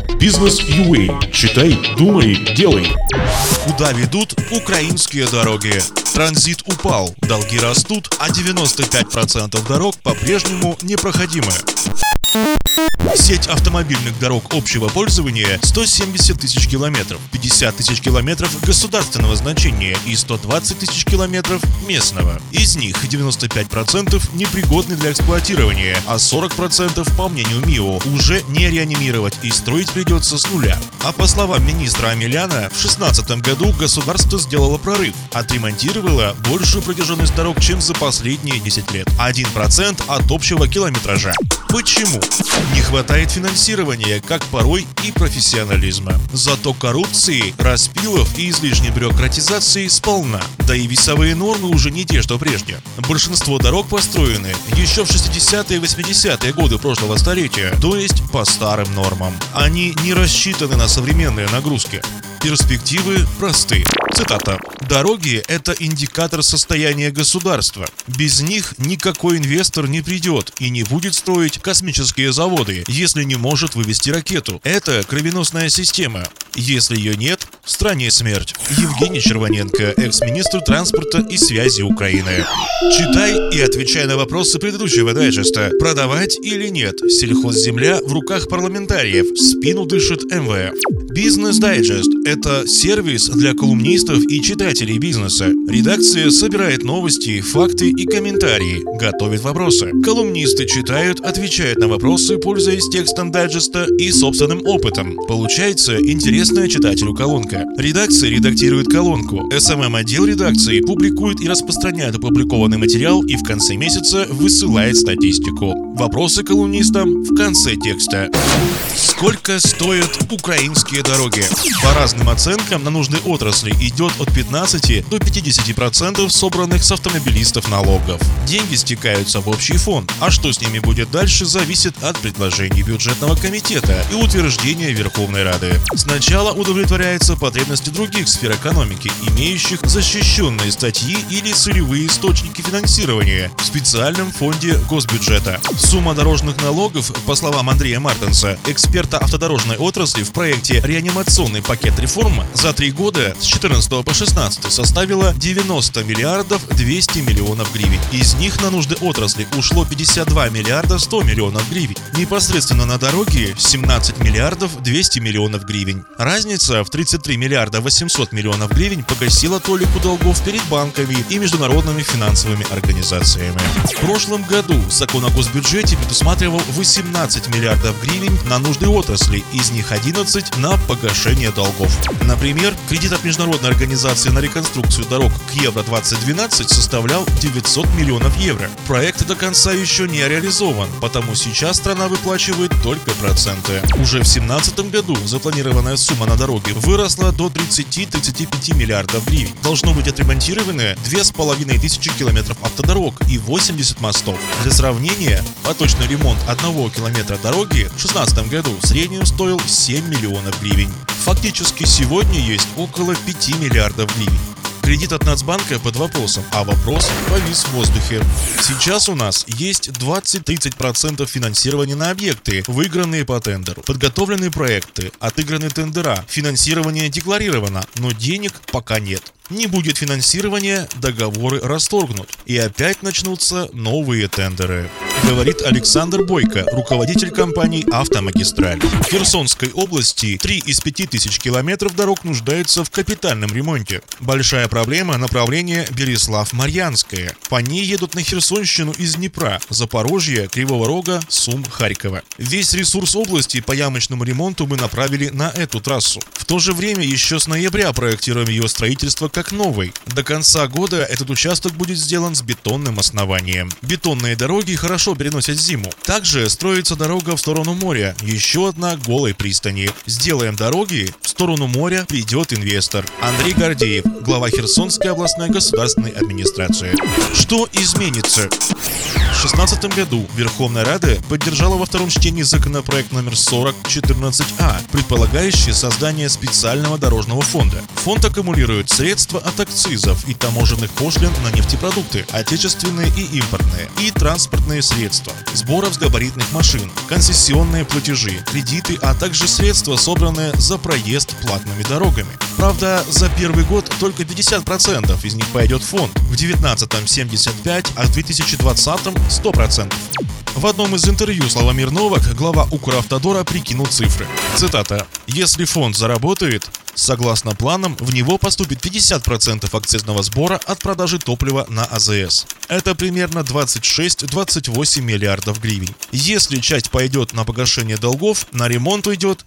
Бизнес.UA. Читай, думай, делай. Куда ведут украинские дороги? Транзит упал, долги растут, а 95% дорог по-прежнему непроходимы. Сеть автомобильных дорог общего пользования 170 тысяч километров, 50 тысяч километров государственного значения и 120 тысяч километров местного. Из них 95% непригодны для эксплуатирования, а 40%, по мнению МИО, уже не реанимировать и строить придется с нуля. А по словам министра Омеляна, в 2016 году государство сделало прорыв, отремонтировало большую протяженность дорог, чем за последние 10 лет. 1% от общего километража. Почему? Не хватает финансирования, как порой и профессионализма. Зато коррупции, распилов и излишней бюрократизации сполна. Да и весовые нормы уже не те, что прежде. Большинство дорог построены еще в 60-е и 80-е годы прошлого столетия, то есть по старым нормам. Они не рассчитаны на современные нагрузки. Перспективы просты. Цитата. «Дороги – это индикатор состояния государства. Без них никакой инвестор не придет и не будет строить космические заводы, если не может вывести ракету. Это кровеносная система. Если ее нет, в стране смерть». Евгений Червоненко, экс-министр транспорта и связи Украины. Читай и отвечай на вопросы предыдущего дайджеста. Продавать или нет? Сельхозземля в руках парламентариев. В спину дышит МВФ. Бизнес-дайджест – это сервис для колумнистов и читателей бизнеса. Редакция собирает новости, факты и комментарии, готовит вопросы. Колумнисты читают, отвечают на вопросы, пользуясь текстом дайджеста и собственным опытом. Получается интересная читателю колонка. Редакция редактирует колонку. СММ-отдел редакции публикует и распространяет опубликованный материал и в конце месяца высылает статистику. Вопросы колумнистам в конце текста. Сколько стоят украинские дороги? По разным оценкам на нужды отрасли идет от 15 до 50% собранных с автомобилистов налогов. Деньги стекаются в общий фонд, а что с ними будет дальше, зависит от предложений бюджетного комитета и утверждения Верховной Рады. Сначала удовлетворяются потребности других сфер экономики, имеющих защищенные статьи или целевые источники финансирования в специальном фонде госбюджета. Сумма дорожных налогов, по словам Андрея Мартенса, эксперта автодорожной отрасли, в проекте «Реанимационный пакет реформ» за 3 года с 14 по 16 составила 90 миллиардов 200 миллионов гривен. Из них на нужды отрасли ушло 52 миллиарда 100 миллионов гривен. Непосредственно на дороги 17 миллиардов 200 миллионов гривен. Разница в 33 миллиарда 800 миллионов гривен погасила толику долгов перед банками и международными финансовыми организациями. В прошлом году закон о госбюджете предусматривал 18 миллиардов гривен на нужды отрасли, из них 11 на погашение долгов. Например, кредит от международной организации на реконструкцию дорог к Евро-2012 составлял 900 миллионов евро. Проект до конца еще не реализован, потому сейчас страна выплачивает только проценты. Уже в 2017 году запланированная сумма на дороге выросла до 30-35 миллиардов гривен. Должно быть отремонтированы 2500 километров автодорог и 80 мостов. Для сравнения, поточный ремонт 1 километра дороги в 2016 году в среднем стоил 7 миллионов гривен. Фактически сегодня есть около 5 миллиардов гривен. Кредит от Нацбанка под вопросом, а вопрос повис в воздухе. Сейчас у нас есть 20-30% финансирования на объекты, выигранные по тендеру, подготовленные проекты, отыграны тендера, финансирование декларировано, но денег пока нет. Не будет финансирования, договоры расторгнут. И опять начнутся новые тендеры. Говорит Александр Бойко, руководитель компании «Автомагистраль». В Херсонской области 3 из 5000 километров дорог нуждаются в капитальном ремонте. Большая проблема – направление Береслав-Марьянское. По ней едут на Херсонщину из Днепра, Запорожья, Кривого Рога, Сум, Харькова. Весь ресурс области по ямочному ремонту мы направили на эту трассу. В то же время еще с ноября проектируем ее строительство как новый. До конца года этот участок будет сделан с бетонным основанием. Бетонные дороги хорошо переносят зиму. Также строится дорога в сторону моря, еще одна к голой пристани. Сделаем дороги, в сторону моря придет инвестор. Андрей Гордеев, глава Херсонской областной государственной администрации. Что изменится? В 2016 году Верховная Рада поддержала во втором чтении законопроект номер 4014А, предполагающий создание специального дорожного фонда. Фонд аккумулирует средства от акцизов и таможенных пошлин на нефтепродукты, отечественные и импортные, и транспортные средства, средства, сборов с габаритных машин, концессионные платежи, кредиты, а также средства, собранные за проезд платными дорогами. Правда, за первый год только 50% из них пойдет в фонд, в 2019-м 75%, а в 2020-м 100%. В одном из интервью Славомир Новак, глава Укравтодора, прикинул цифры. Цитата: «Если фонд заработает, согласно планам, в него поступит 50% акцизного сбора от продажи топлива на АЗС. Это примерно 26-28 миллиардов гривен. Если часть пойдет на погашение долгов, на ремонт уйдет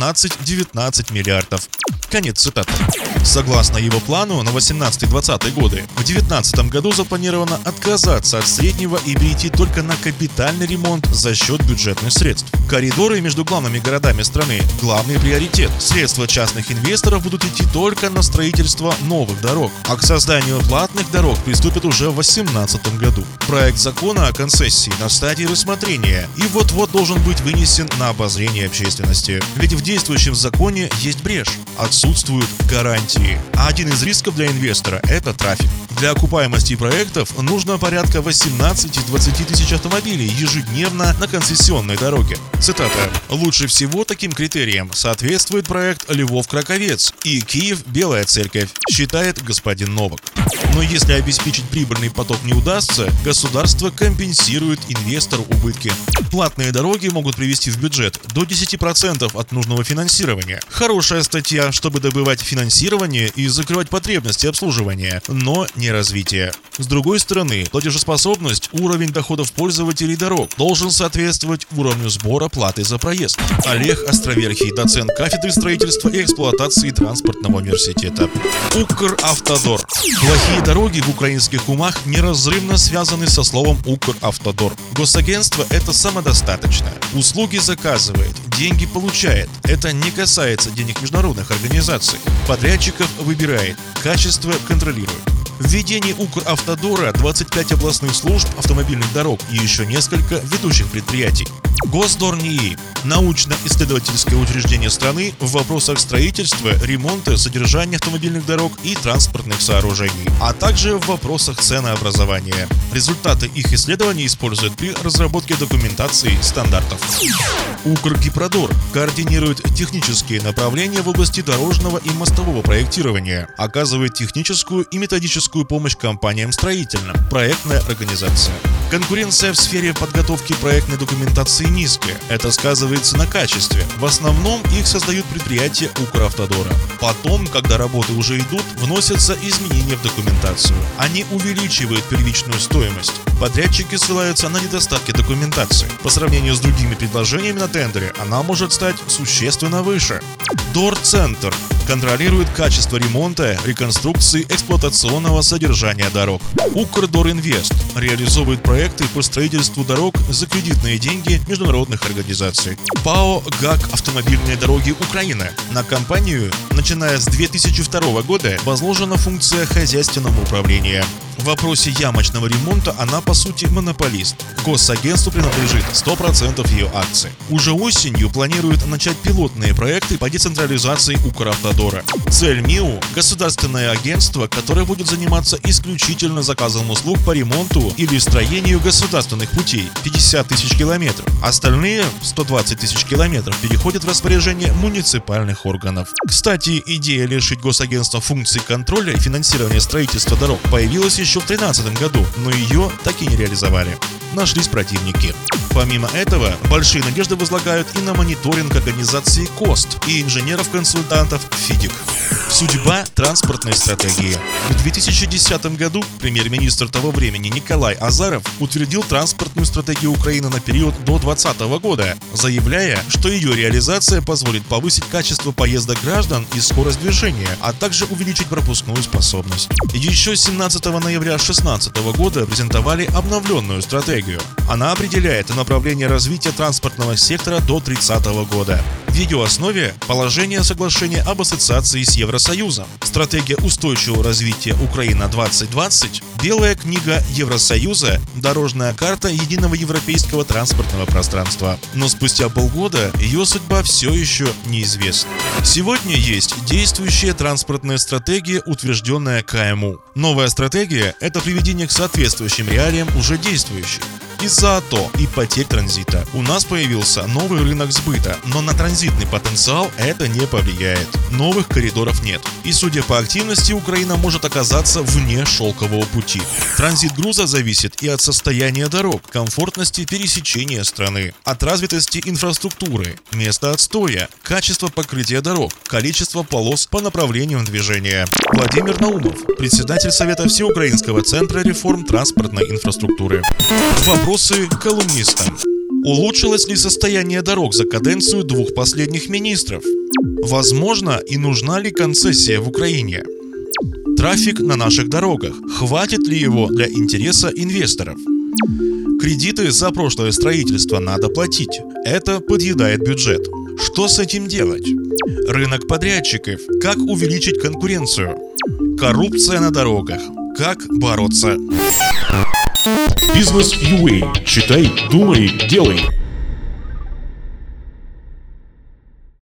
15-19 миллиардов». Конец цитаты. Согласно его плану на 18-20 годы, в 2019 году запланировано отказаться от среднего и перейти только на капитальный ремонт за счет бюджетных средств. Коридоры между главными городами страны – главный приоритет. Средства частных инвесторов будут идти только на строительство новых дорог, а к созданию платных дорог приступят уже в 2018 году. Проект закона о концессии на стадии рассмотрения и вот-вот должен быть вынесен на обозрение общественности. Ведь в действующем законе есть брешь – отсутствуют гарантии. А один из рисков для инвестора – это трафик. Для окупаемости проектов нужно порядка 18-20 тысяч автомобилей ежедневно на концессионной дороге. Цитата: «Лучше всего таким критериям соответствует проект Львов-Краковец и Киев-Белая Церковь», считает господин Новак. Но если обеспечить прибыльный поток не удастся, государство компенсирует инвестору убытки. Платные дороги могут привести в бюджет до 10% от нужного финансирования. Хорошая статья, чтобы добывать финансирование и закрывать потребности обслуживания, но не развитие. С другой стороны, платежеспособность, уровень доходов пользователей дорог должен соответствовать уровню сбора платы за проезд. Олег Островерхий, доцент кафедры строительства и эксплуатации транспортного университета. Укравтодор. Плохие дороги в украинских умах неразрывно связаны со словом Укравтодор. Госагентство – это самодостаточно. Услуги заказывает, деньги получает. Это не касается денег международных организаций. Подрядчиков выбирает, качество контролирует. В ведении Укравтодора 25 областных служб автомобильных дорог и еще несколько ведущих предприятий. Госдор-НИИ – научно-исследовательское учреждение страны в вопросах строительства, ремонта, содержания автомобильных дорог и транспортных сооружений, а также в вопросах ценообразования. Результаты их исследований используют при разработке документации стандартов. Укргипродор координирует технические направления в области дорожного и мостового проектирования, оказывает техническую и методическую помощь компаниям строительным, проектная организация. Конкуренция в сфере подготовки проектной документации низкая. Это сказывается на качестве. В основном их создают предприятия Укравтодора. Потом, когда работы уже идут, вносятся изменения в документацию. Они увеличивают первичную стоимость. Подрядчики ссылаются на недостатки документации. По сравнению с другими предложениями на тендере, она может стать существенно выше. Дорцентр контролирует качество ремонта, реконструкции, эксплуатационного содержания дорог. Укрдоринвест реализовывает проекты по строительству дорог за кредитные деньги международных организаций. ПАО «ГАК Автомобильные дороги Украины». На компанию, начиная с 2002 года, возложена функция хозяйственного управления. В вопросе ямочного ремонта она, по сути, монополист. Госагентству принадлежит 100% ее акций. Уже осенью планируют начать пилотные проекты по децентрализации Укравтодора. Цель МИУ – государственное агентство, которое будет заниматься исключительно заказом услуг по ремонту или строению государственных путей – 50 тысяч километров. Остальные – 120 тысяч километров – переходят в распоряжение муниципальных органов. Кстати, идея лишить госагентства функций контроля и финансирования строительства дорог появилась еще в 2013 году, но ее так и не реализовали. Нашлись противники. Помимо этого, большие надежды возлагают и на мониторинг организации КОСТ и инженеров-консультантов ФИДИК. Судьба транспортной стратегии. В 2010 году премьер-министр того времени Николай Азаров утвердил транспортную стратегию Украины на период до 2020 года, заявляя, что ее реализация позволит повысить качество поездок граждан и скорость движения, а также увеличить пропускную способность. Еще 17 ноября 2016 года презентовали обновленную стратегию. Она определяет направление развития транспортного сектора до 2030 года. В ее основе положение соглашения об ассоциации с Евросоюзом, стратегия устойчивого развития Украина-2020, белая книга Евросоюза, дорожная карта единого европейского транспортного пространства. Но спустя полгода ее судьба все еще неизвестна. Сегодня есть действующая транспортная стратегия, утвержденная КМУ. Новая стратегия – это приведение к соответствующим реалиям уже действующей. Из-за АТО и потерь транзита у нас появился новый рынок сбыта, но на транзитный потенциал это не повлияет. Новых коридоров нет. И судя по активности, Украина может оказаться вне шелкового пути. Транзит груза зависит и от состояния дорог, комфортности пересечения страны, от развитости инфраструктуры, места отстоя, качества покрытия дорог, количества полос по направлениям движения. Владимир Наумов, председатель Совета Всеукраинского центра реформ транспортной инфраструктуры. Вопросы колумнистам. Улучшилось ли состояние дорог за каденцию двух последних министров? Возможно и нужна ли концессия в Украине? Трафик на наших дорогах. Хватит ли его для интереса инвесторов? Кредиты за прошлое строительство надо платить. Это подъедает бюджет. Что с этим делать? Рынок подрядчиков. Как увеличить конкуренцию? Коррупция на дорогах. Как бороться? Бизнес.UA. Читай, думай, делай.